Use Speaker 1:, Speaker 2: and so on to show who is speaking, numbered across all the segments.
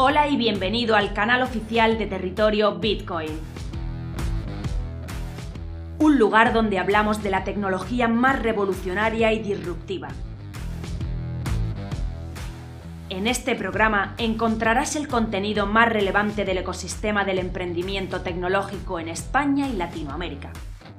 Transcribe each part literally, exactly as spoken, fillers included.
Speaker 1: Hola y bienvenido al canal oficial de Territorio Bitcoin. Un lugar donde hablamos de la tecnología más revolucionaria y disruptiva. En este programa encontrarás el contenido más relevante del ecosistema del emprendimiento tecnológico en España y Latinoamérica.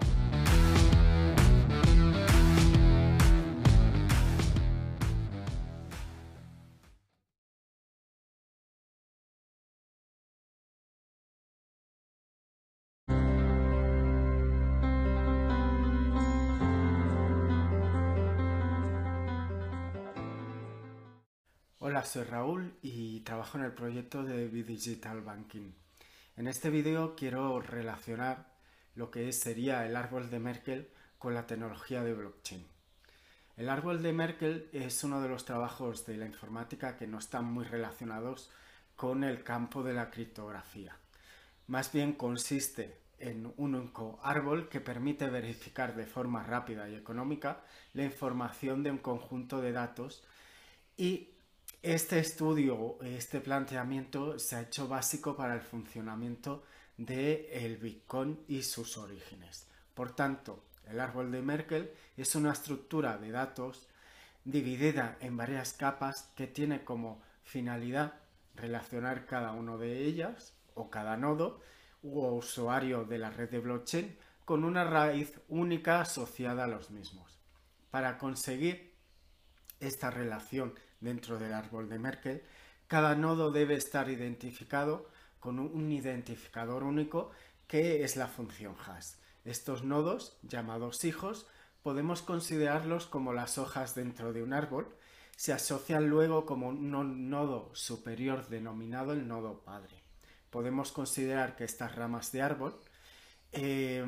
Speaker 2: Hola, soy Raúl y trabajo en el proyecto de B-Digital Banking. En este vídeo quiero relacionar lo que sería el árbol de Merkle con la tecnología de blockchain. El árbol de Merkle es uno de los trabajos de la informática que no están muy relacionados con el campo de la criptografía. Más bien consiste en un único árbol que permite verificar de forma rápida y económica la información de un conjunto de datos, y este estudio, este planteamiento se ha hecho básico para el funcionamiento del Bitcoin y sus orígenes. Por tanto, el árbol de Merkle es una estructura de datos dividida en varias capas que tiene como finalidad relacionar cada una de ellas o cada nodo u usuario de la red de blockchain con una raíz única asociada a los mismos. Para conseguir esta relación dentro del árbol de Merkle, cada nodo debe estar identificado con un identificador único que es la función hash. Estos nodos, llamados hijos, podemos considerarlos como las hojas dentro de un árbol. Se asocian luego como un nodo superior denominado el nodo padre. Podemos considerar que estas ramas de árbol eh,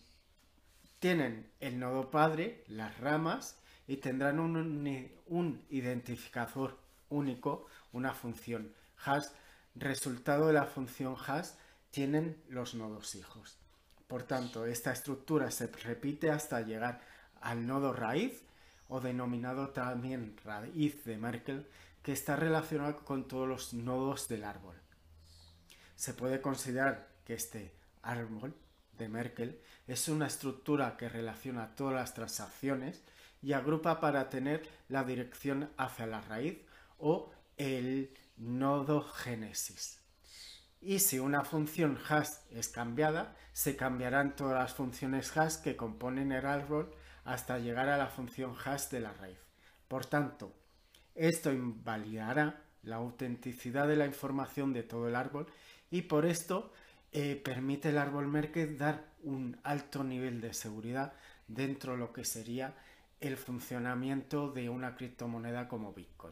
Speaker 2: tienen el nodo padre, las ramas, y tendrán un, un identificador único, una función hash. Resultado de la función hash tienen los nodos hijos. Por tanto, esta estructura se repite hasta llegar al nodo raíz, o denominado también raíz de Merkle, que está relacionado con todos los nodos del árbol. Se puede considerar que este árbol de Merkle es una estructura que relaciona todas las transacciones y agrupa para tener la dirección hacia la raíz o el nodo génesis. Y si una función hash es cambiada, se cambiarán todas las funciones hash que componen el árbol hasta llegar a la función hash de la raíz. Por tanto, esto invalidará la autenticidad de la información de todo el árbol, y por esto eh, permite el árbol Merkle dar un alto nivel de seguridad dentro de lo que sería el funcionamiento de una criptomoneda como Bitcoin.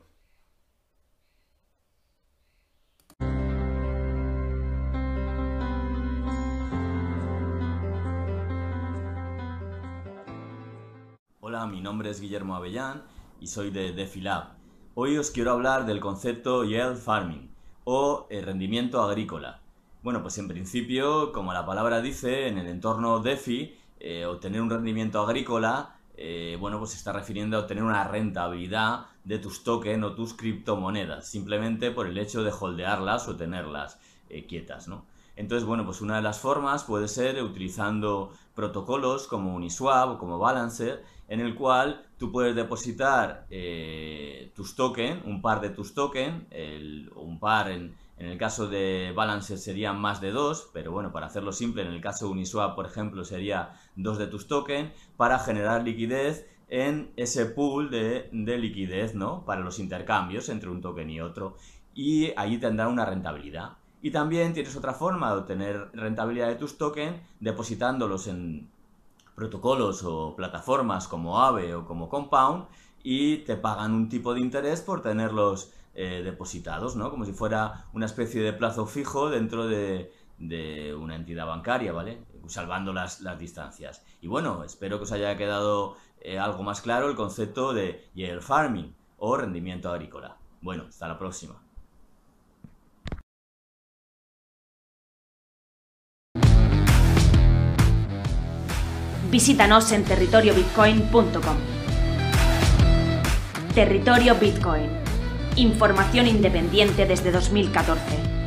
Speaker 3: Hola, mi nombre es Guillermo Avellán y soy de DefiLab. Hoy os quiero hablar del concepto Yield Farming o el rendimiento agrícola. Bueno, pues en principio, como la palabra dice, en el entorno DeFi, eh, obtener un rendimiento agrícola Eh, bueno, pues se está refiriendo a obtener una rentabilidad de tus tokens o tus criptomonedas, simplemente por el hecho de holdearlas o tenerlas eh, quietas, ¿no? Entonces, bueno, pues una de las formas puede ser utilizando protocolos como Uniswap o como Balancer, en el cual tú puedes depositar eh, tus tokens, un par de tus tokens, el, un par en... En el caso de Balancer serían más de dos, pero bueno, para hacerlo simple, en el caso de Uniswap, por ejemplo, sería dos de tus tokens para generar liquidez en ese pool de, de liquidez, ¿no? Para los intercambios entre un token y otro. Y allí tendrán una rentabilidad. Y también tienes otra forma de obtener rentabilidad de tus tokens depositándolos en protocolos o plataformas como Aave o como Compound, y te pagan un tipo de interés por tenerlos Eh, depositados, ¿no? Como si fuera una especie de plazo fijo dentro de, de una entidad bancaria, ¿vale? Salvando las, las distancias. Y bueno, espero que os haya quedado eh, algo más claro el concepto de yield farming o rendimiento agrícola. Bueno, hasta la próxima.
Speaker 1: Visítanos en territorio bitcoin punto com. Territorio Bitcoin. Información independiente desde dos mil catorce.